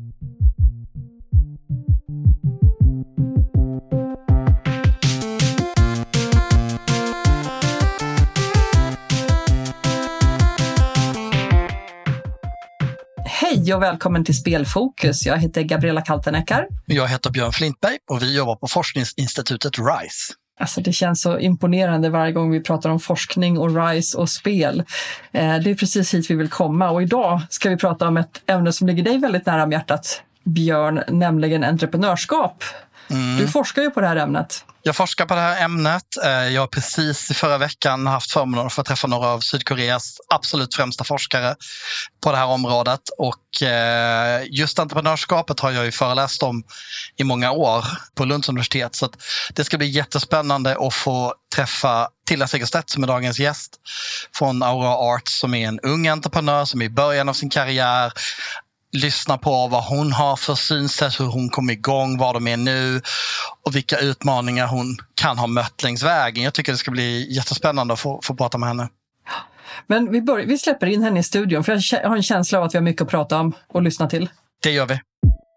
Hej och välkommen till Spelfokus. Jag heter Gabriella Kalteneckar. Jag heter Björn Flintberg och vi jobbar på forskningsinstitutet RISE. Alltså det känns så imponerande varje gång vi pratar om forskning och RISE och spel. Det är precis hit vi vill komma, och idag ska vi prata om ett ämne som ligger dig väldigt nära om hjärtat, Björn, nämligen entreprenörskap. Du forskar ju på det här ämnet. Jag forskar på det här ämnet. Jag har precis i förra veckan haft förmånen att få träffa några av Sydkoreas absolut främsta forskare på det här området. Och just entreprenörskapet har jag ju föreläst om i många år på Lunds universitet. Så att det ska bli jättespännande att få träffa Tilda Segerstedt som är dagens gäst från Aurora Arts, som är en ung entreprenör som är i början av sin karriär. Lyssna på vad hon har för synsätt, hur hon kom igång, vad de är nu och vilka utmaningar hon kan ha mött längs vägen. Jag tycker det ska bli jättespännande att få prata med henne. Men vi släpper in henne i studion, för jag har en känsla av att vi har mycket att prata om och lyssna till. Det gör vi.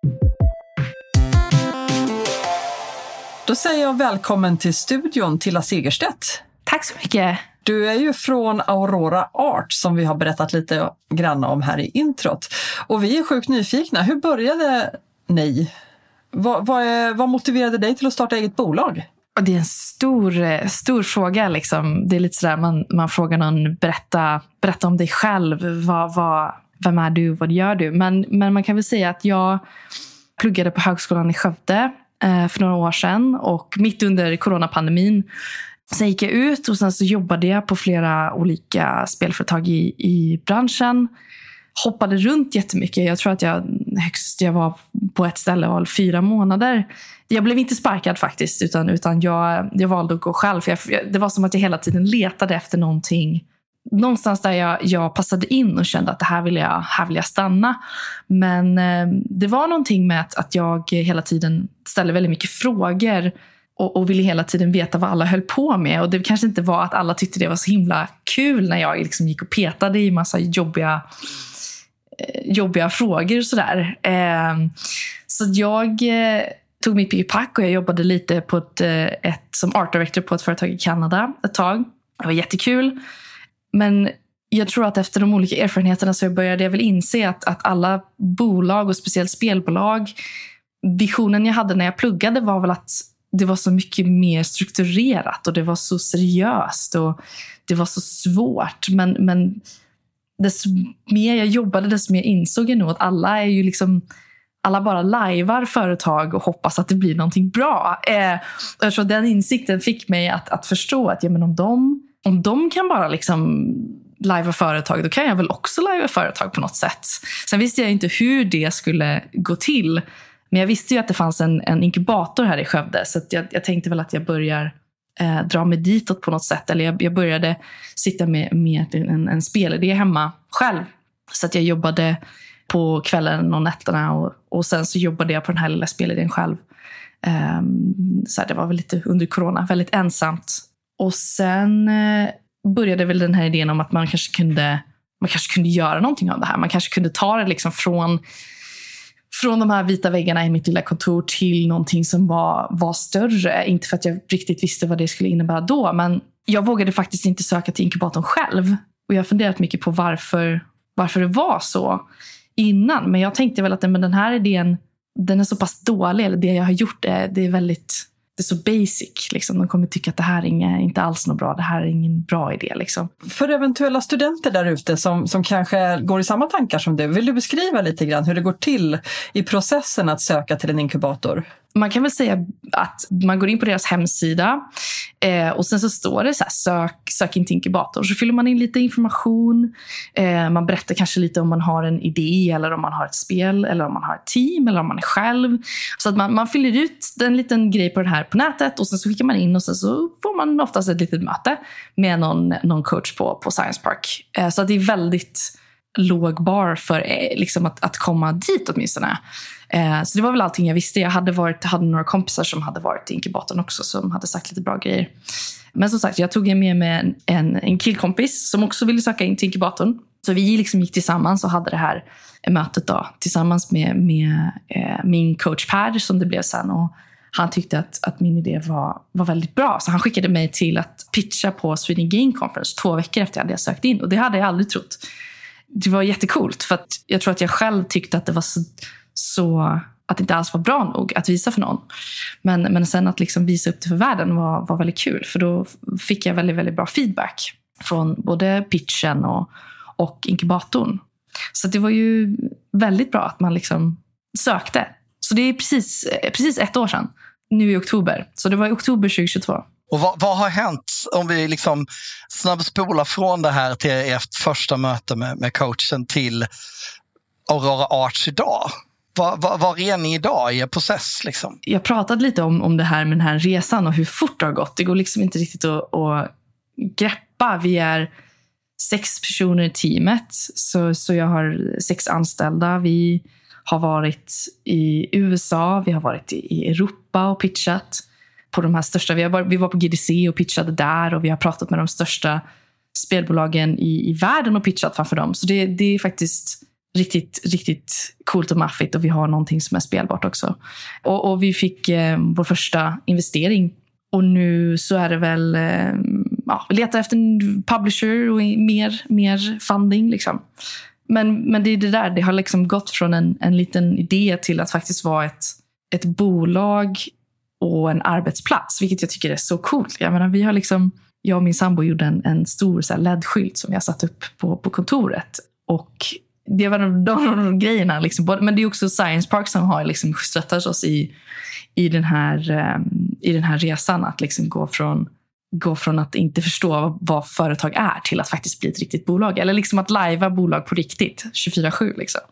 Då säger jag välkommen till studion, Tilda Segerstedt. Tack så mycket. Du är ju från Aurora Art som vi har berättat lite grann om här i introt. Och vi är sjukt nyfikna. Hur började ni? Vad motiverade dig till att starta eget bolag? Det är en stor fråga. Liksom. Det är lite sådär, man frågar någon, berätta om dig själv. Vem är du? Vad gör du? Men man kan väl säga att jag pluggade på högskolan i Skövde för några år sedan. Och mitt under coronapandemin sen gick jag ut och sen så jobbade jag på flera olika spelföretag i branschen. Hoppade runt jättemycket. Jag tror att jag var på ett ställe var 4 månader. Jag blev inte sparkad faktiskt, utan jag valde att gå själv. För det var som att jag hela tiden letade efter någonting. Någonstans där jag passade in och kände att här vill jag stanna. Men det var någonting med att jag hela tiden ställde väldigt mycket frågor. Och ville hela tiden veta vad alla höll på med. Och det kanske inte var att alla tyckte det var så himla kul när jag liksom gick och petade i massa jobbiga frågor och sådär. Så jag tog mitt pick-pack och jag jobbade lite på som art director på ett företag i Kanada ett tag. Det var jättekul. Men jag tror att efter de olika erfarenheterna så började jag väl inse att alla bolag och speciellt spelbolag, visionen jag hade när jag pluggade var väl att det var så mycket mer strukturerat och det var så seriöst och det var så svårt. Men desto mer jag jobbade, desto mer insåg jag nog att alla bara lajvar företag och hoppas att det blir någonting bra. Jag tror den insikten fick mig att förstå att men om de kan bara lajva företag, då kan jag väl också lajva företag på något sätt. Sen visste jag inte hur det skulle gå till. Men jag visste ju att det fanns en inkubator här i Skövde. Så att jag tänkte väl att jag börjar dra mig ditåt på något sätt. Eller jag började sitta med en spelidé hemma själv. Så att jag jobbade på kvällen och nätterna. Och sen så jobbade jag på den här lilla spelidén själv. Så det var väl lite under corona. Väldigt ensamt. Och sen började väl den här idén om att man kanske kunde göra någonting av det här. Man kanske kunde ta det från de här vita väggarna i mitt lilla kontor till någonting som var större. Inte för att jag riktigt visste vad det skulle innebära då. Men jag vågade faktiskt inte söka till inkubatorn själv. Och jag har funderat mycket på varför det var så innan. Men jag tänkte väl att den här idén, den är så pass dålig. Eller det jag har gjort det är så basic. De kommer tycka att det här är inte alls något bra. Det här är ingen bra idé. För eventuella studenter där ute som kanske går i samma tankar som du. Vill du beskriva lite grann hur det går till i processen att söka till en inkubator? Man kan väl säga att man går in på deras hemsida och sen så står det så här, sök in till inkubator. Så fyller man in lite information. Man berättar kanske lite om man har en idé eller om man har ett spel eller om man har ett team eller om man är själv. Så att man fyller ut en liten grej på det här på nätet och sen så skickar man in och sen så får man oftast ett litet möte med någon coach på Science Park. Så att det är väldigt låg bar för att komma dit åtminstone. Så det var väl allting jag visste. Jag hade några kompisar som hade varit i inkubatorn också som hade sagt lite bra grejer. Men som sagt, jag tog med mig en killkompis som också ville söka in till inkubatorn. Så vi liksom gick tillsammans och hade det här mötet då, tillsammans med min coach Per som det blev sen. Och han tyckte att min idé var väldigt bra. Så han skickade mig till att pitcha på Sweden Game Conference 2 veckor efter att jag hade sökt in. Och det hade jag aldrig trott. Det var jättekult för att jag tror att jag själv tyckte att det var så att det inte alls var bra nog att visa för någon. Men sen att liksom visa upp det för världen var väldigt kul. För då fick jag väldigt, väldigt bra feedback från både pitchen och inkubatorn. Så det var ju väldigt bra att man liksom sökte. Så det är precis 1 år sedan. Nu i oktober. Så det var i oktober 2022. Och vad har hänt om vi liksom snabbspolar från det här till ert första möte med coachen till Aurora Arts idag? Var är ni idag i er process? Liksom? Jag pratade lite om det här med den här resan och hur fort det har gått. Det går liksom inte riktigt att greppa. Vi är 6 personer i teamet. Så jag har 6 anställda. Vi har varit i USA. Vi har varit i Europa och pitchat på de här största. Vi var på GDC och pitchade där. Och vi har pratat med de största spelbolagen i världen och pitchat framför dem. Så det är faktiskt riktigt, riktigt coolt och maffigt. Och vi har någonting som är spelbart också. Och vi fick vår första investering. Och nu så är det väl... vi letar efter en publisher och mer funding. Liksom. Men det är det där. Det har liksom gått från en liten idé till att faktiskt vara ett bolag och en arbetsplats. Vilket jag tycker är så coolt. Jag menar, vi har liksom... Jag och min sambo gjorde en stor så här LED-skylt som jag satt upp på kontoret. Och det var de grejerna. Liksom. Men det är också Science Park som har liksom stöttat oss i den här resan. Att liksom gå från att inte förstå vad företag är till att faktiskt bli ett riktigt bolag. Eller liksom att lajva bolag på riktigt. 24/7 liksom.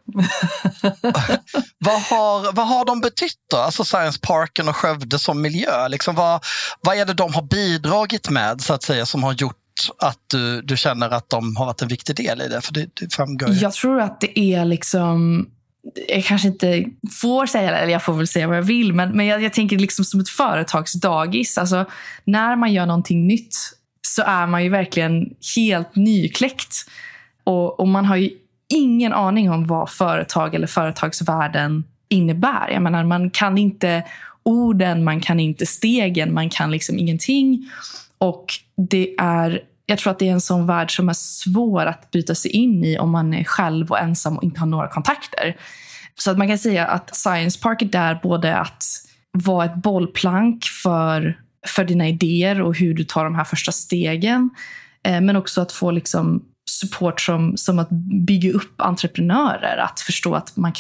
Vad har de betytt då? Alltså Science Parken och Skövde som miljö. Liksom vad är det de har bidragit med så att säga som har gjort att du känner att de har varit en viktig del i det? För det framgår ju. Jag tror att det är liksom... Jag kanske inte får säga det, eller jag får väl säga vad jag vill, men jag tänker liksom som ett företagsdagis. Alltså, när man gör någonting nytt så är man ju verkligen helt nykläckt. Och man har ju ingen aning om vad företag eller företagsvärlden innebär. Jag menar, man kan inte orden, man kan inte stegen, man kan liksom ingenting. Och jag tror att det är en sån värld som är svår att bryta sig in i om man är själv och ensam och inte har några kontakter. Så att man kan säga att Science Park är där både att vara ett bollplank för dina idéer och hur du tar de här första stegen. Men också att få liksom support som att bygga upp entreprenörer. Att förstå att man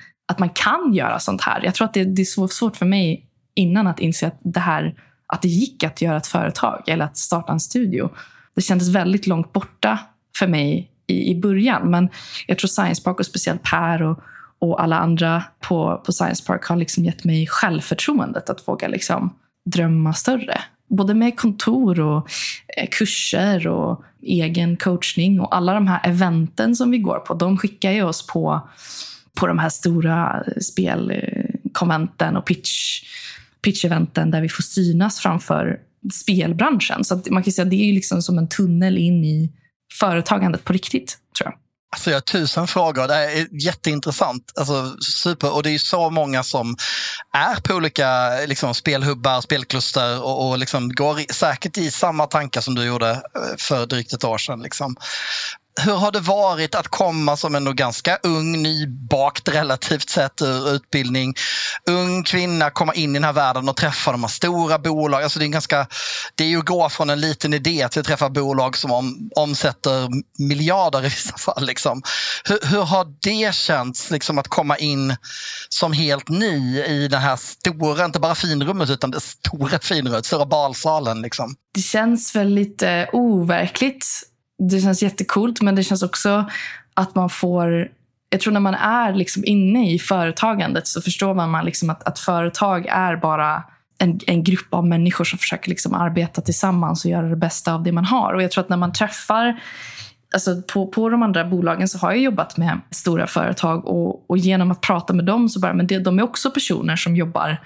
kan göra sånt här. Jag tror att det är svårt för mig innan att inse att det gick att göra ett företag eller att starta en studio. Det kändes väldigt långt borta för mig i början. Men jag tror Science Park och speciellt Per och alla andra på Science Park har liksom gett mig självförtroendet att våga liksom drömma större. Både med kontor och kurser och egen coachning. Och alla de här eventen som vi går på, de skickar ju oss på de här stora spelkonventen och pitch-eventen där vi får synas framför spelbranschen. Så att man kan säga att det är liksom som en tunnel in i företagandet på riktigt, tror jag. Alltså jag har 1000 frågor. Det är jätteintressant. Alltså super. Och det är ju så många som är på olika liksom, spelhubbar, spelkluster och liksom går säkert i samma tankar som du gjorde för drygt 1 år sedan. Liksom. Hur har det varit att komma som en ganska ung, nybakt relativt sett ur utbildning, ung kvinna, komma in i den här världen och träffa de här stora bolag? Alltså det är ju att gå från en liten idé till att träffa bolag som omsätter miljarder i vissa fall. Liksom. Hur har det känts liksom, att komma in som helt ny i den här stora, inte bara finrummet utan det stora finrummet, stora balsalen? Liksom? Det känns väl lite overkligt. Det känns jättekult, men det känns också att man får... Jag tror när man är liksom inne i företagandet så förstår man liksom att företag är bara en grupp av människor som försöker liksom arbeta tillsammans och göra det bästa av det man har. Och jag tror att när man träffar... Alltså på de andra bolagen så har jag jobbat med stora företag och genom att prata med dem så men de är också personer som jobbar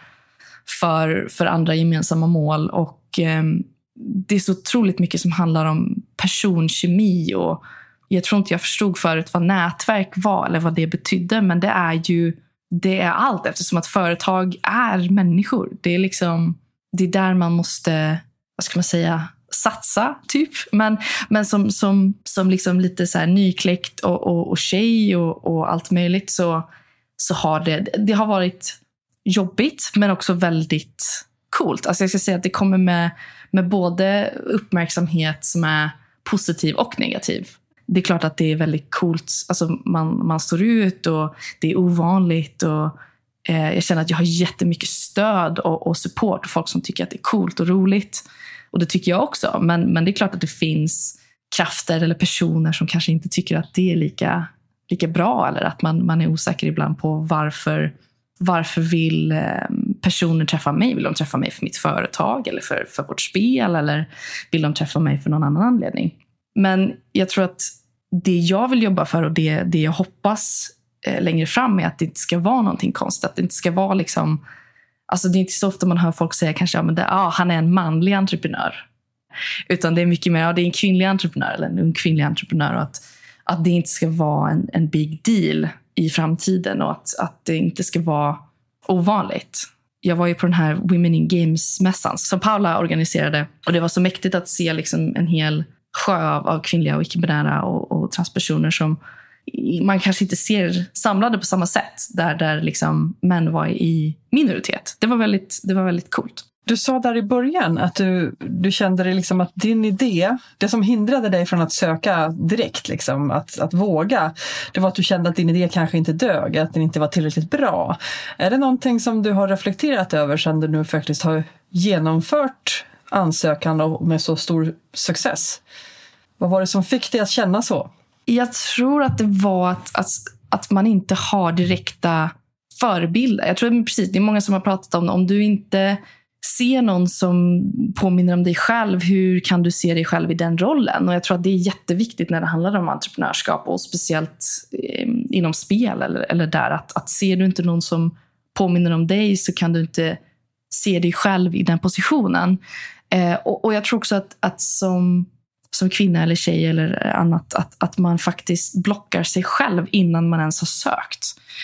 för andra gemensamma mål och... det är så otroligt mycket som handlar om personkemi jag tror inte jag förstod förut vad nätverk var eller vad det betydde, men det är allt, eftersom att företag är människor. Det är liksom, det är där man måste, vad ska man säga, satsa typ. Men som liksom lite så här nykläckt och tjej och allt möjligt, så har det har varit jobbigt men också väldigt coolt. Alltså jag ska säga att det kommer med både uppmärksamhet som är positiv och negativ. Det är klart att det är väldigt coolt. Alltså man står ut och det är ovanligt, och jag känner att jag har jättemycket stöd och support och folk som tycker att det är coolt och roligt. Och det tycker jag också. Men det är klart att det finns krafter eller personer som kanske inte tycker att det är lika bra, eller att man är osäker ibland på varför vill personer träffa mig? Vill de träffa mig för mitt företag eller för vårt spel, eller vill de träffa mig för någon annan anledning? Men jag tror att det jag vill jobba för och det jag hoppas längre fram är att det inte ska vara någonting konstigt. Att det inte ska vara liksom, alltså det är inte så ofta man hör folk säga kanske han är en manlig entreprenör. Utan det är mycket mer, det är en kvinnlig entreprenör eller en ung kvinnlig entreprenör, och att det inte ska vara en big deal i framtiden, och att det inte ska vara ovanligt. Jag var ju på den här Women in Games-mässan som Paula organiserade, och det var så mäktigt att se liksom en hel sjö av kvinnliga och icke-binära och transpersoner som man kanske inte ser samlade på samma sätt, där liksom män var i minoritet. Det var väldigt coolt. Du sa där i början att du kände det liksom att din idé, det som hindrade dig från att söka direkt, liksom, att våga, det var att du kände att din idé kanske inte dög, att den inte var tillräckligt bra. Är det någonting som du har reflekterat över sedan du nu faktiskt har genomfört ansökan och med så stor success? Vad var det som fick dig att känna så? Jag tror att det var att man inte har direkta förebilder. Jag tror precis, det är många som har pratat om du inte ser någon som påminner om dig själv, hur kan du se dig själv i den rollen? Och jag tror att det är jätteviktigt när det handlar om entreprenörskap, och speciellt inom spel eller där, att ser du inte någon som påminner om dig, så kan du inte se dig själv i den positionen. Och jag tror också att som kvinna eller tjej eller annat, att man faktiskt blockar sig själv innan man ens har sökt.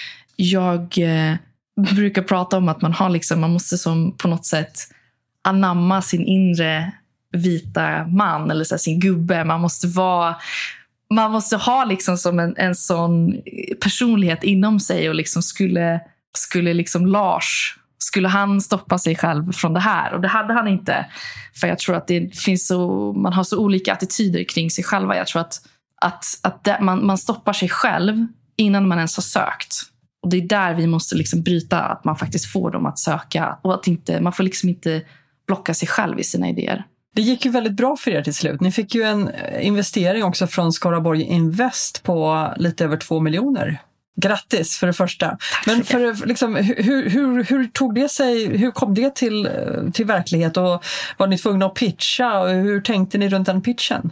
Jag brukar prata om att man måste som på något sätt anamma sin inre vita man, eller så här, sin gubbe. Man måste ha liksom som en sån personlighet inom sig, och liksom skulle liksom Lars, skulle han stoppa sig själv från det här? Och det hade han inte. För jag tror att det finns man har så olika attityder kring sig själva. Jag tror att man stoppar sig själv innan man ens har sökt. Och det är där vi måste liksom bryta, att man faktiskt får dem att söka. Och att man får liksom inte blocka sig själv i sina idéer. Det gick ju väldigt bra för er till slut. Ni fick ju en investering också från Skaraborg Invest på lite över 2 miljoner. Grattis för det första. Men liksom, hur tog det sig, hur kom det till verklighet, och var ni tvungna att pitcha, och hur tänkte ni runt den pitchen?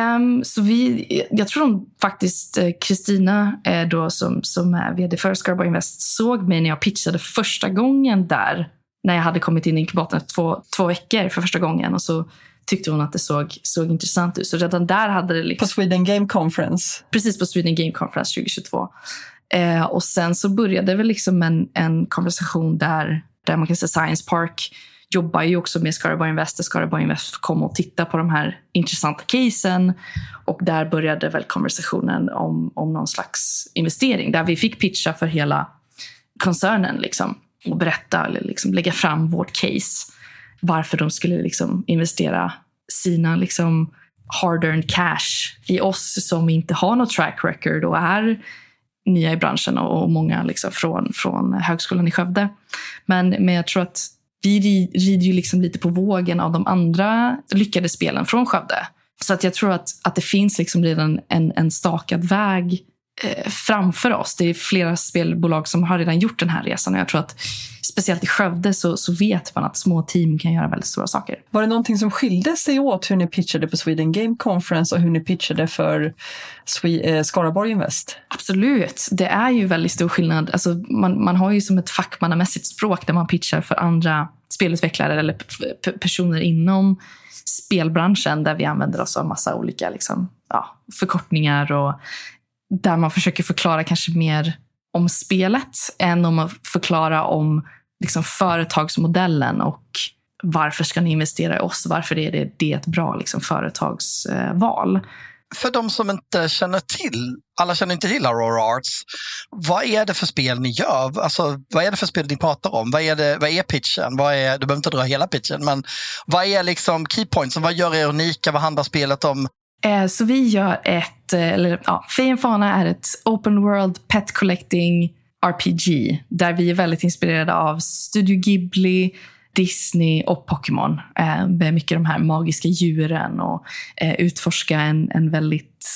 Jag tror faktiskt Kristina då som är vd för Skaraborg Invest såg mig när jag pitchade första gången där, när jag hade kommit in i inkubatorn 2 veckor för första gången, och så tyckte hon att det såg intressant ut. Så redan där hade det liksom... På Sweden Game Conference. Precis, på Sweden Game Conference 2022. Och sen så började väl liksom en konversation där man kan säga Science Park jobbar ju också med Skaraborg Invest. Skaraborg Invest kom och titta på de här intressanta casen, och där började väl konversationen om någon slags investering, där vi fick pitcha för hela koncernen liksom, och berätta eller liksom lägga fram vårt case, varför de skulle liksom investera sina liksom hard-earned cash i oss som inte har något track record och är nya i branschen, och många liksom från högskolan i Skövde. Men jag tror att vi rider ju liksom lite på vågen av de andra lyckade spelen från Skövde. Så att jag tror att det finns liksom redan en stakad väg framför oss. Det är flera spelbolag som har redan gjort den här resan, och jag tror att speciellt i Skövde så vet man att små team kan göra väldigt stora saker. Var det någonting som skilde sig åt hur ni pitchade på Sweden Game Conference och hur ni pitchade för Skaraborg Invest? Absolut, det är ju väldigt stor skillnad. Alltså man har ju som ett fackmannamässigt språk där man pitchar för andra spelutvecklare eller personer inom spelbranschen där vi använder oss av massa olika liksom, förkortningar och där man försöker förklara kanske mer om spelet än om att förklara om liksom, företagsmodellen och varför ska ni investera i oss? Varför är det ett bra liksom, företagsval? För de som inte känner till, alla känner inte till Aurora Arts, vad är det för spel ni gör? Alltså, vad är det för spel ni pratar om? Vad är pitchen? Du behöver inte dra hela pitchen, men vad är liksom keypoints? Vad gör er unika? Vad handlar spelet om? Så vi gör Fey and Fauna är ett open world pet collecting RPG där vi är väldigt inspirerade av Studio Ghibli, Disney och Pokémon. Med mycket de här magiska djuren och utforska en väldigt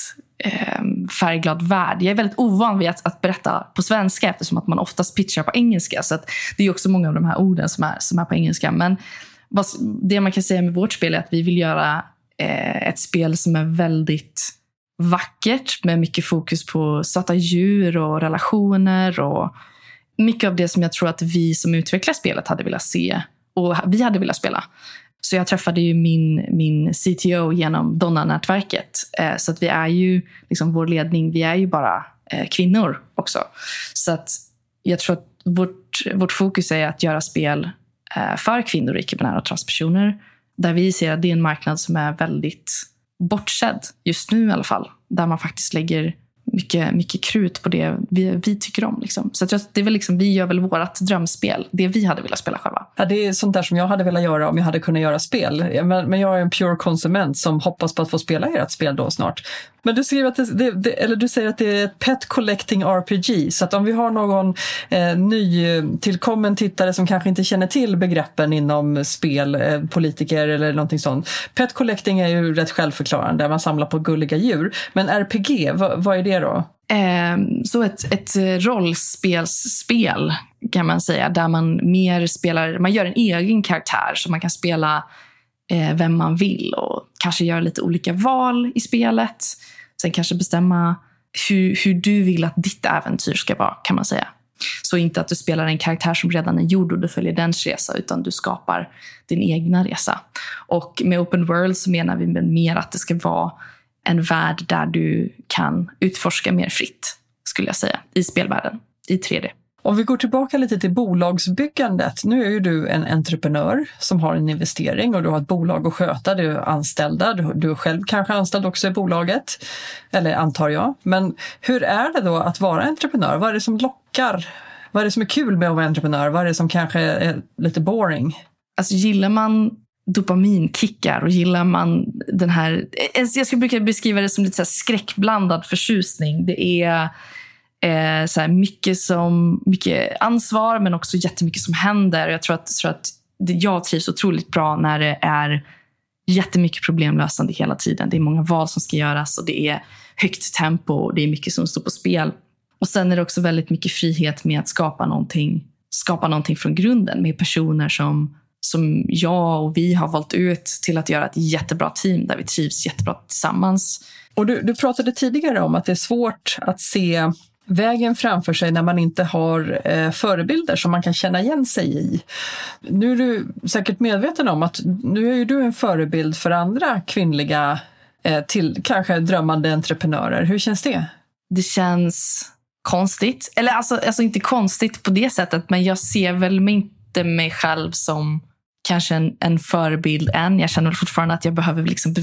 färgglad värld. Jag är väldigt ovan vid att berätta på svenska eftersom att man oftast pitchar på engelska. Så att det är också många av de här orden som är på engelska. Men det man kan säga med vårt spel är att vi vill göra ett spel som är väldigt vackert med mycket fokus på söta djur och relationer och mycket av det som jag tror att vi som utvecklar spelet hade velat se och vi hade velat spela. Så jag träffade ju min CTO genom Donna-nätverket. Så att vi är ju, liksom vår ledning, vi är ju bara kvinnor också. Så att jag tror att vårt fokus är att göra spel för kvinnor, icke-binära och transpersoner. Där vi ser att det är en marknad som är väldigt bortsedd, just nu i alla fall. Där man faktiskt lägger mycket krut på det vi tycker om. Liksom. Så det är väl liksom, vi gör väl vårt drömspel. Det vi hade velat spela själva. Ja, det är sånt där som jag hade velat göra om jag hade kunnat göra spel. Men jag är en pure konsument som hoppas på att få spela ert spel då snart. Men du skriver att du säger att det är ett pet collecting RPG. Så att om vi har någon ny tillkommen tittare som kanske inte känner till begreppen inom spel, politiker eller någonting sånt. Pet collecting är ju rätt självförklarande. Man samlar på gulliga djur. Men RPG, vad är det då? Så ett rollspelsspel kan man säga. Där man mer spelar, man gör en egen karaktär så man kan spela vem man vill och kanske göra lite olika val i spelet. Sen kanske bestämma hur du vill att ditt äventyr ska vara, kan man säga. Så inte att du spelar en karaktär som redan är gjord och du följer dens resa, utan du skapar din egna resa. Och med open world så menar vi mer att det ska vara en värld där du kan utforska mer fritt, skulle jag säga, i spelvärlden, i 3D. Om vi går tillbaka lite till bolagsbyggandet. Nu är ju du en entreprenör som har en investering och du har ett bolag att sköta. Du är anställda. Du är själv kanske anställd också i bolaget. Eller antar jag. Men hur är det då att vara entreprenör? Vad är det som lockar? Vad är det som är kul med att vara entreprenör? Vad är det som kanske är lite boring? Alltså gillar man dopaminkickar och gillar man den här... Jag skulle brukar beskriva det som lite så här skräckblandad förtjusning. Det är... så här mycket ansvar men också jättemycket som händer. Jag tror att jag trivs otroligt bra när det är jättemycket problemlösande hela tiden. Det är många val som ska göras och det är högt tempo och det är mycket som står på spel. Och sen är det också väldigt mycket frihet med att skapa någonting från grunden med personer som jag och vi har valt ut till att göra ett jättebra team där vi trivs jättebra tillsammans. Och du pratade tidigare om att det är svårt att se vägen framför sig när man inte har förebilder som man kan känna igen sig i. Nu är du säkert medveten om att nu är ju du en förebild för andra kvinnliga till kanske drömmande entreprenörer. Hur känns det? Det känns konstigt. Eller alltså inte konstigt på det sättet, men jag ser väl inte mig själv som kanske en förebild än. Jag känner fortfarande att jag behöver liksom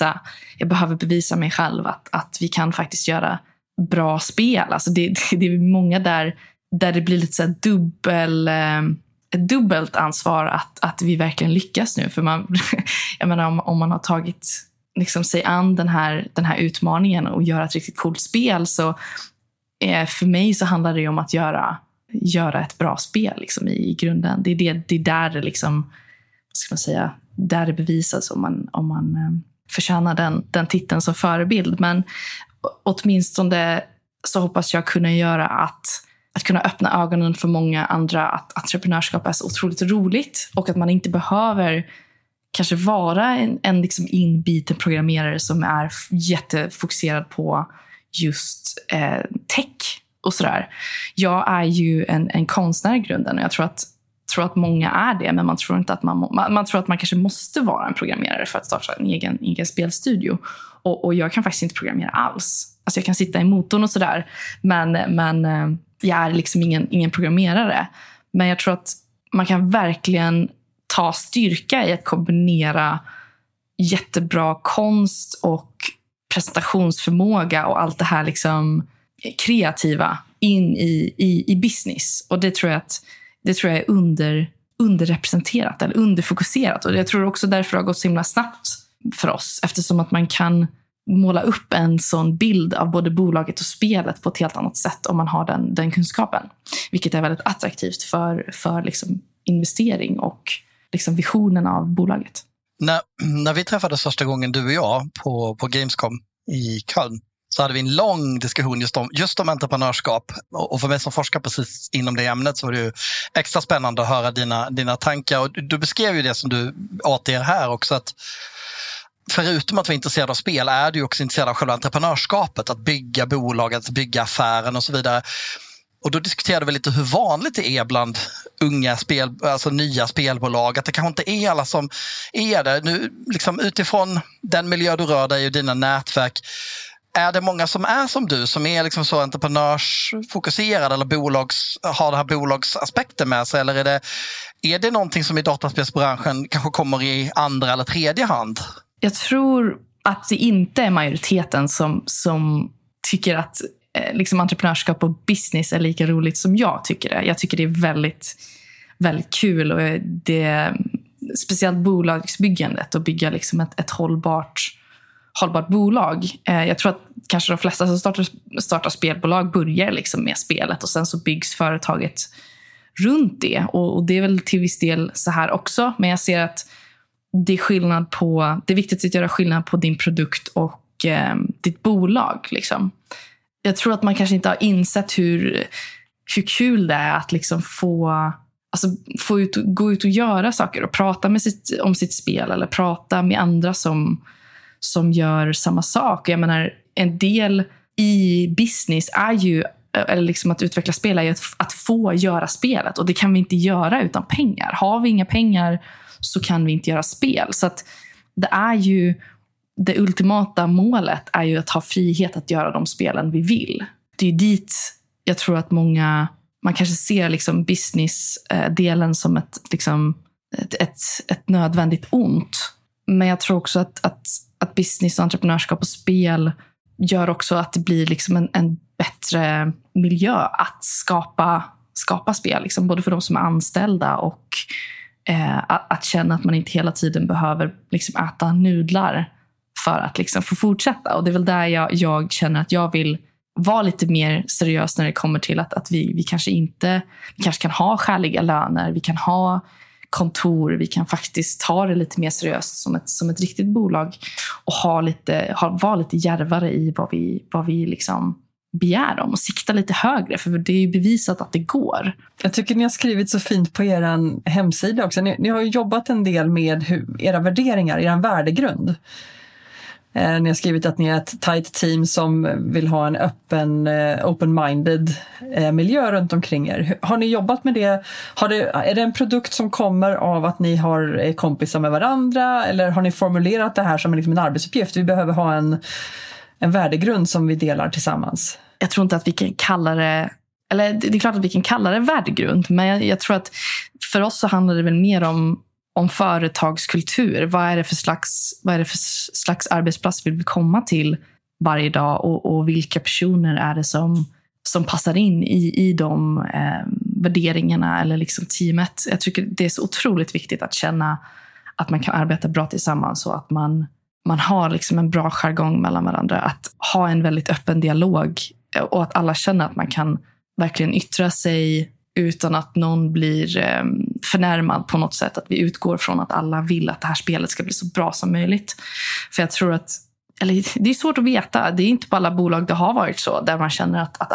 bevisa mig själv att vi kan faktiskt göra bra spel. Alltså det är många där det blir lite så här ett dubbelt ansvar att vi verkligen lyckas nu. För jag menar, om man har tagit liksom sig an den här utmaningen och göra ett riktigt coolt spel, så för mig så handlar det om att göra ett bra spel liksom, i grunden. Det är där det liksom, vad ska man säga, där det bevisas om man förtjänar den titeln som förebild. Men åtminstone så hoppas jag kunna göra att kunna öppna ögonen för många andra att entreprenörskap är så otroligt roligt och att man inte behöver kanske vara en liksom inbiten programmerare som är jättefokuserad på just tech och sådär. Jag är ju en konstnär i grunden och jag tror att tror att många är det, men man tror inte att man tror att man kanske måste vara en programmerare för att starta en egen spelstudio. Och jag kan faktiskt inte programmera alls. Alltså jag kan sitta i motorn och sådär, men jag är liksom ingen programmerare. Men jag tror att man kan verkligen ta styrka i att kombinera jättebra konst och presentationsförmåga och allt det här liksom kreativa in i business. Och det tror jag är underrepresenterat eller underfokuserat. Och jag tror också därför det har gått så himla snabbt för oss, eftersom att man kan måla upp en sån bild av både bolaget och spelet på ett helt annat sätt om man har den kunskapen. Vilket är väldigt attraktivt för liksom investering och liksom visionen av bolaget. När vi träffades första gången, du och jag, på Gamescom i Köln, så hade vi en lång diskussion just om entreprenörskap. Och för mig som forskar precis inom det ämnet så var det ju extra spännande att höra dina tankar. Och du beskrev ju det som du återger här också, att förutom att vara intresserad av spel är du också intresserad av själva entreprenörskapet, att bygga bolaget, att bygga affären och så vidare. Och då diskuterade vi lite hur vanligt det är bland unga nya spelbolag, att det kanske inte är alla som är det. Nu, liksom, utifrån den miljö du rör dig och dina nätverk, är det många som är som du, som är liksom så entreprenörsfokuserade eller har den här bolagsaspekten med sig, eller är det någonting som i dataspelsbranschen kanske kommer i andra eller tredje hand? Jag tror att det inte är majoriteten som tycker att liksom entreprenörskap och business är lika roligt som jag tycker det. Jag tycker det är väldigt, väldigt kul, och det speciellt bolagsbyggandet och bygga liksom ett hållbart bolag. Jag tror att kanske de flesta som startar spelbolag börjar liksom med spelet, och sen så byggs företaget runt det. Och det är väl till viss del så här också, men jag ser att det är viktigt att göra skillnad på din produkt och ditt bolag liksom. Jag tror att man kanske inte har insett hur kul det är att liksom gå ut och göra saker och prata om sitt spel, eller prata med andra som gör samma sak. Jag menar, en del i business är ju, eller liksom att utveckla spel är ju att få göra spelet, och det kan vi inte göra utan pengar. Har vi inga pengar så kan vi inte göra spel. Så att det är ju det ultimata målet är ju att ha frihet att göra de spelen vi vill. Det är ju dit jag tror att man kanske ser liksom business-delen som ett nödvändigt ont. Men jag tror också att business och entreprenörskap och spel gör också att det blir liksom en bättre miljö att skapa spel. Liksom, både för de som är anställda och att känna att man inte hela tiden behöver liksom äta nudlar för att liksom få fortsätta. Och det är väl där jag känner att jag vill vara lite mer seriös när det kommer till att vi kanske kan ha skäliga löner, vi kan ha kontor, vi kan faktiskt ta det lite mer seriöst som ett riktigt bolag, och vara lite djärvare i vad vi liksom begär om, och sikta lite högre, för det är ju bevisat att det går. Jag tycker ni har skrivit så fint på er hemsida också. Ni har ju jobbat en del med era värderingar, er värdegrund. Ni har skrivit att ni är ett tight team som vill ha en open-minded miljö runt omkring er. Har ni jobbat med det? Är det en produkt som kommer av att ni är kompisar med varandra, eller har ni formulerat det här som liksom en arbetsuppgift? Vi behöver ha en värdegrund som vi delar tillsammans. Jag tror inte att vi kan kalla det, eller det är klart att vi kan kalla det värdegrund, men jag tror att för oss så handlar det väl mer om företagskultur. Vad är det för slags arbetsplats vill vi komma till varje dag, och vilka personer är det som passar in i de värderingarna eller liksom teamet. Jag tycker det är så otroligt viktigt att känna att man kan arbeta bra tillsammans, och att man har liksom en bra jargong mellan varandra, att ha en väldigt öppen dialog, och att alla känner att man kan verkligen yttra sig utan att någon blir förnärmad på något sätt. Att vi utgår från att alla vill att det här spelet ska bli så bra som möjligt. För jag tror att, eller det är svårt att veta, det är inte på alla bolag det har varit så, där man känner att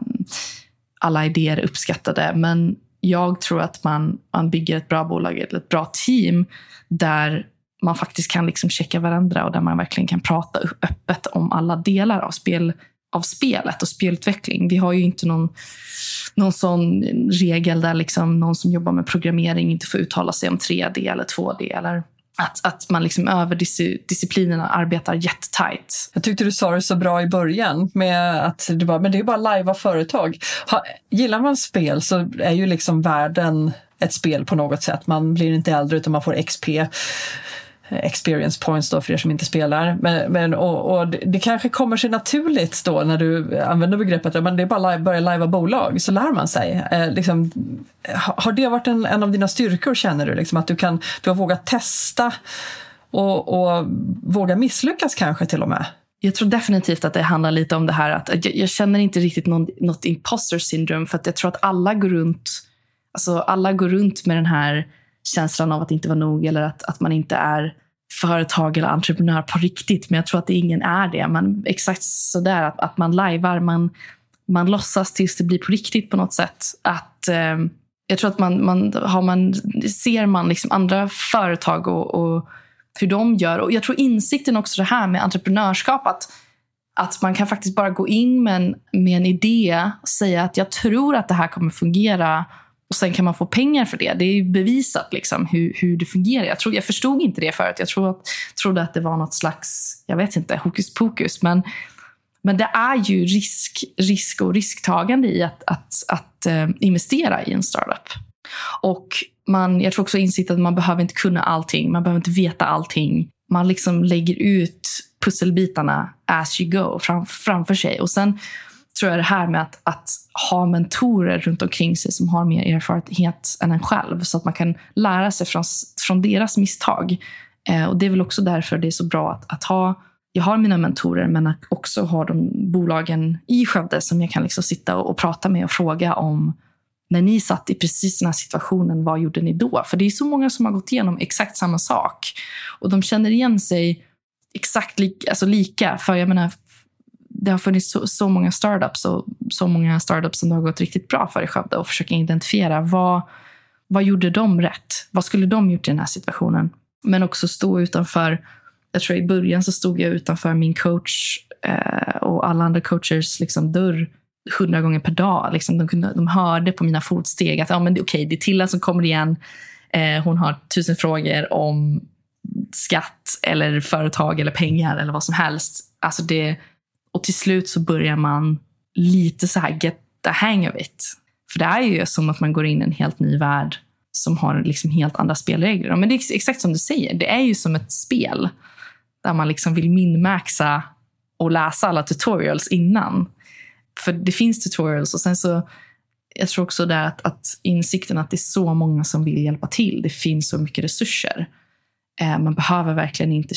alla idéer är uppskattade. Men jag tror att man bygger ett bra bolag, ett bra team, där man faktiskt kan liksom checka varandra, och där man verkligen kan prata öppet om alla delar av av spelet och spelutveckling. Vi har ju inte någon sån regel där liksom någon som jobbar med programmering inte får uttala sig om 3D eller 2D eller att man liksom över disciplinerna arbetar jättetajt. Jag tyckte du sa det så bra i början med att men det är bara live företag. Gillar man spel så är ju liksom världen ett spel på något sätt. Man blir inte äldre utan man får XP. Experience points då för er som inte spelar. Och det kanske kommer sig naturligt då när du använder begreppet att det är bara börja lajva bolag så lär man sig. Liksom, har det varit en av dina styrkor känner du? Liksom, att du har vågat testa och våga misslyckas kanske till och med? Jag tror definitivt att det handlar lite om det här att jag känner inte riktigt något imposter syndrome för att jag tror att alla går runt med den här känslan av att inte vara nog eller att man inte är företag eller entreprenör på riktigt, men jag tror att ingen är det. Man, exakt sådär att man lajvar, man låtsas tills det blir på riktigt på något sätt. Jag tror att ser man liksom andra företag och hur de gör, och jag tror insikten också det här med entreprenörskap att man kan faktiskt bara gå in med en idé och säga att jag tror att det här kommer fungera. Och sen kan man få pengar för det. Det är ju bevisat liksom hur det fungerar. Jag förstod inte det förut. Jag trodde att det var något slags, jag vet inte, hokus pokus. Men det är ju risk och risktagande i att investera i en startup. Och jag tror också insikt att man behöver inte kunna allting. Man behöver inte veta allting. Man liksom lägger ut pusselbitarna as you go framför sig. Och sen tror jag det här med att ha mentorer runt omkring sig som har mer erfarenhet än en själv så att man kan lära sig från deras misstag. Och det är väl också därför det är så bra att jag har mina mentorer men att också ha de bolagen i Skövde som jag kan liksom sitta och prata med och fråga om när ni satt i precis den här situationen, vad gjorde ni då? För det är så många som har gått igenom exakt samma sak och de känner igen sig exakt lika, för jag menar det har funnits så många startups och så många startups som det har gått riktigt bra för i Skövde och försöka identifiera vad gjorde de rätt? Vad skulle de gjort i den här situationen? Men också stå utanför, jag tror i början så stod jag utanför min coach och alla andra coachers liksom dörr 100 gånger per dag. Liksom de hörde på mina fotsteg att det är Tilla som kommer igen. Hon har 1000 frågor om skatt eller företag eller pengar eller vad som helst. Alltså och till slut så börjar man lite så här get the hang of it. För det är ju som att man går in i en helt ny värld som har liksom helt andra spelregler. Men det är exakt som du säger. Det är ju som ett spel där man liksom vill minmaxa och läsa alla tutorials innan. För det finns tutorials och sen så jag tror också där att insikten att det är så många som vill hjälpa till. Det finns så mycket resurser. Man behöver verkligen inte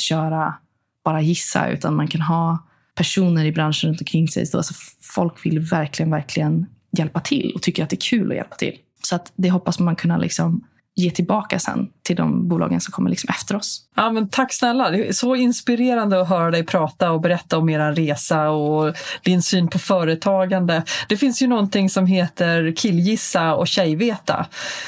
bara gissa utan man kan ha personer i branschen runt omkring sig. Så alltså, folk vill verkligen hjälpa till och tycker att det är kul att hjälpa till. Så att det hoppas man kunna liksom ge tillbaka sen till de bolagen som kommer liksom efter oss. Ja, men tack snälla. Det är så inspirerande att höra dig prata och berätta om er resa och din syn på företagande. Det finns ju någonting som heter killgissa och tjejveta.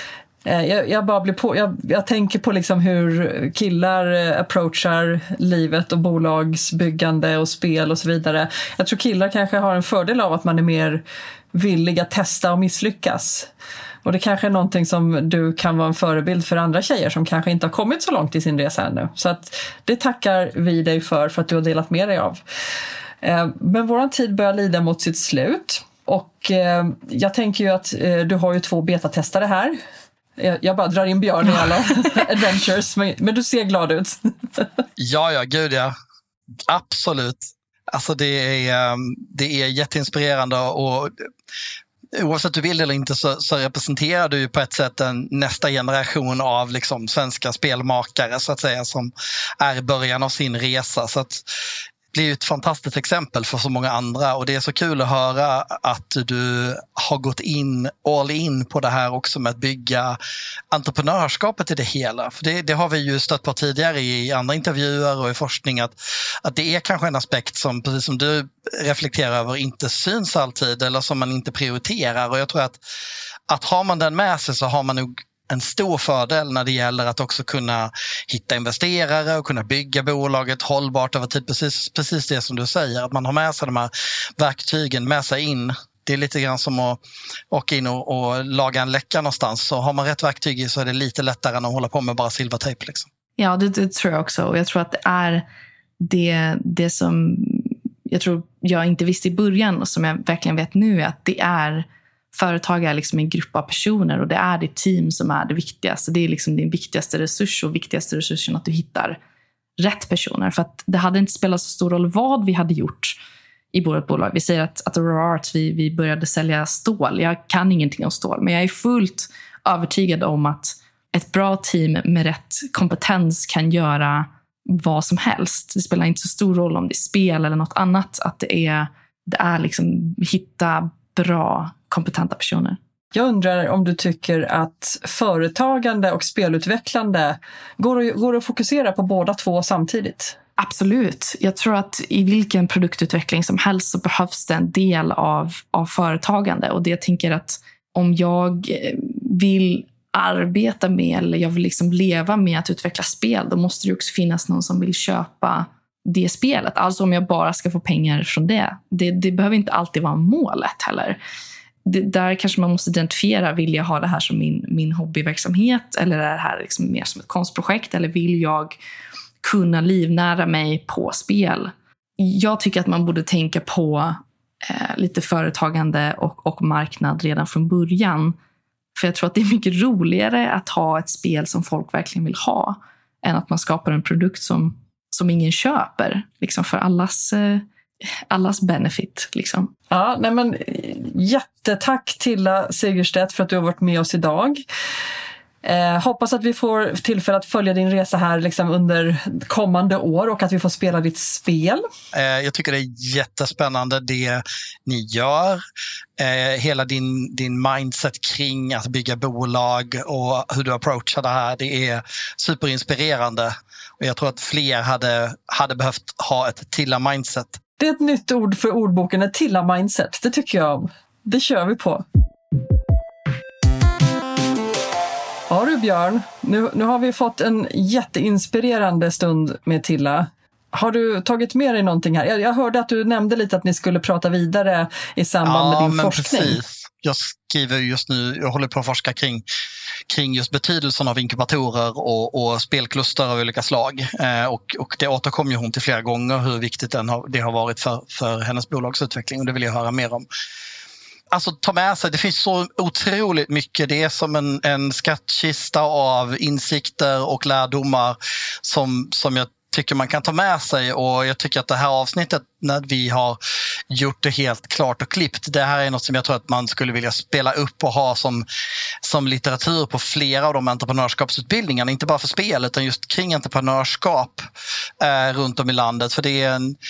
Jag tänker på liksom hur killar approachar livet och bolagsbyggande och spel och så vidare. Jag tror killar kanske har en fördel av att man är mer villig att testa och misslyckas. Och det kanske är någonting som du kan vara en förebild för andra tjejer som kanske inte har kommit så långt i sin resa ännu. Så att det tackar vi dig för att du har delat med dig av. Men våran tid börjar lida mot sitt slut. Och jag tänker ju att du har ju 2 betatestare här. Jag bara drar in Björn i alla adventures, men du ser glad ut. Ja, gud ja. Absolut. Alltså det är jätteinspirerande och oavsett du vill eller inte så representerar du ju på ett sätt en nästa generation av liksom svenska spelmakare så att säga som är i början av sin resa. Så att det blir ett fantastiskt exempel för så många andra och det är så kul att höra att du har gått all in på det här också med att bygga entreprenörskapet i det hela. För det har vi ju stött på tidigare i andra intervjuer och i forskning att det är kanske en aspekt som, precis som du reflekterar över, inte syns alltid eller som man inte prioriterar och jag tror att har man den med sig så har man nog en stor fördel när det gäller att också kunna hitta investerare och kunna bygga bolaget hållbart över tid. Precis det som du säger, att man har med sig de här verktygen med sig in. Det är lite grann som att åka in och laga en läcka någonstans. Så har man rätt verktyg i så är det lite lättare än att hålla på med bara silvertejp. Liksom. Ja, det tror jag också. Och jag tror att det är det som jag tror jag inte visste i början och som jag verkligen vet nu är att det är företag är liksom en grupp av personer och det är det team som är det viktigaste. Det är liksom din viktigaste resurs och viktigaste resursen att du hittar rätt personer. För att det hade inte spelat så stor roll vad vi hade gjort i vårt bolag. Vi säger att Aurora Arts, vi började sälja stål. Jag kan ingenting om stål, men jag är fullt övertygad om att ett bra team med rätt kompetens kan göra vad som helst. Det spelar inte så stor roll om det är spel eller något annat. Att det är liksom hitta bra, kompetenta personer. Jag undrar om du tycker att företagande och spelutvecklande går att fokusera på båda två samtidigt? Absolut. Jag tror att i vilken produktutveckling som helst så behövs det en del av företagande. Och det jag tänker att om jag vill arbeta med eller jag vill liksom leva med att utveckla spel, då måste det också finnas någon som vill köpa det spelet. Alltså om jag bara ska få pengar från det. Det behöver inte alltid vara målet heller. Där kanske man måste identifiera, vill jag ha det här som min hobbyverksamhet eller är det här liksom mer som ett konstprojekt eller vill jag kunna livnära mig på spel? Jag tycker att man borde tänka på lite företagande och marknad redan från början. För jag tror att det är mycket roligare att ha ett spel som folk verkligen vill ha än att man skapar en produkt som ingen köper. Liksom för allas benefit. Liksom. Ja, nej men, jättetack Tilla Segerstedt för att du har varit med oss idag. Hoppas att vi får tillfälle att följa din resa här liksom under kommande år och att vi får spela ditt spel. Jag tycker det är jättespännande det ni gör. Hela din mindset kring att bygga bolag och hur du approachar det här, det är superinspirerande. Och jag tror att fler hade behövt ha ett Tilla-mindset. Det är ett nytt ord för ordboken, ett Tilla-mindset. Det tycker jag. Det kör vi på. Ja du Björn, nu har vi fått en jätteinspirerande stund med Tilla. Har du tagit med dig någonting här? Jag hörde att du nämnde lite att ni skulle prata vidare i samband med din forskning. Ja, men precis. Jag skriver just nu, jag håller på att forska kring just betydelsen av inkubatorer och spelkluster av olika slag. Och det återkom ju hon till flera gånger hur viktigt det har varit för hennes bolagsutveckling och det vill jag höra mer om. Alltså ta med sig, det finns så otroligt mycket, det är som en skattkista av insikter och lärdomar som jag tycker man kan ta med sig och jag tycker att det här avsnittet när vi har gjort det helt klart och klippt, det här är något som jag tror att man skulle vilja spela upp och ha som litteratur på flera av de entreprenörskapsutbildningarna, inte bara för spel utan just kring entreprenörskap runt om i landet, för det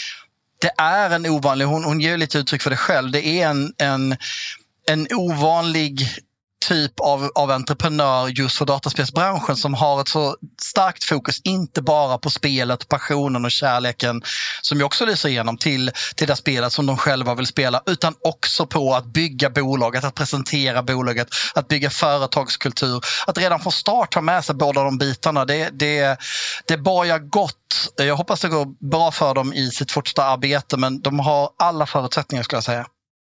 är en ovanlig, hon ger lite uttryck för det själv, det är en ovanlig typ av entreprenör just för dataspelsbranschen som har ett så starkt fokus inte bara på spelet, passionen och kärleken som jag också lyser igenom till det spelet som de själva vill spela, utan också på att bygga bolaget, att presentera bolaget, att bygga företagskultur, att redan från start ha med sig båda de bitarna. Det borgar gott. Jag hoppas det går bra för dem i sitt fortsatta arbete, men de har alla förutsättningar skulle jag säga.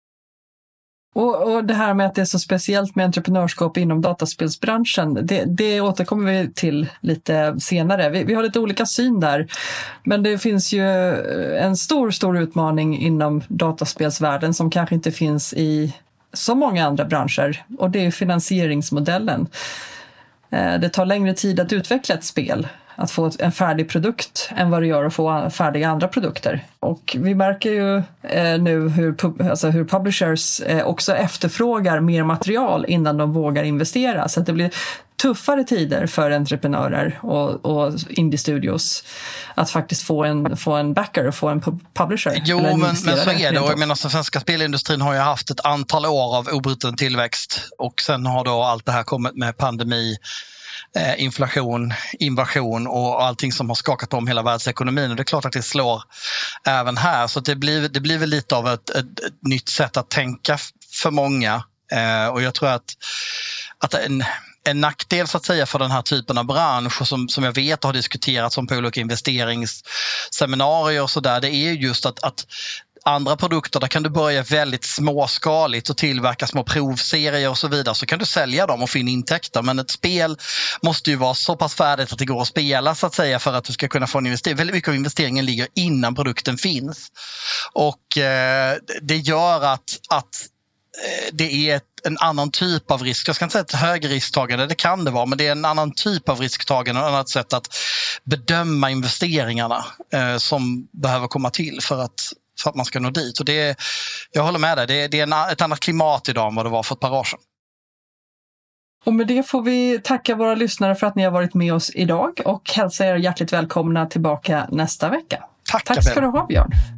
Och det här med att det är så speciellt med entreprenörskap inom dataspelsbranschen, det återkommer vi till lite senare. Vi har lite olika syn där, men det finns ju en stor utmaning inom dataspelsvärlden som kanske inte finns i så många andra branscher, och det är finansieringsmodellen. Det tar längre tid att utveckla ett spel, att få en färdig produkt än vad det gör att få färdiga andra produkter. Och vi märker ju nu hur publishers också efterfrågar mer material innan de vågar investera. Så att det blir tuffare tider för entreprenörer och indie-studios att faktiskt få en backer och få en publisher. Jo, men så är det. Och jag menar, svenska spelindustrin har ju haft ett antal år av obruten tillväxt och sen har då allt det här kommit med pandemi, inflation, invasion och allting som har skakat om hela världsekonomin, och det är klart att det slår även här, så det blir väl lite av ett nytt sätt att tänka för många, och jag tror att en nackdel så att säga för den här typen av bransch och som jag vet har diskuterats på olika investeringsseminarier och sådär, det är just att andra produkter, där kan du börja väldigt småskaligt och tillverka små provserier och så vidare, så kan du sälja dem och få in intäkter. Men ett spel måste ju vara så pass färdigt att det går att spela så att säga för att du ska kunna få en investering. Väldigt mycket av investeringen ligger innan produkten finns. Och det gör att det är en annan typ av risk. Jag ska inte säga ett högrisktagande, det kan det vara, men det är en annan typ av risktagande och ett annat sätt att bedöma investeringarna som behöver komma till för att man ska nå dit. Och jag håller med dig, det är ett annat klimat idag än vad det var för ett par år sedan. Och med det får vi tacka våra lyssnare för att ni har varit med oss idag och hälsa er hjärtligt välkomna tillbaka nästa vecka. Tack ska du ha, Björn.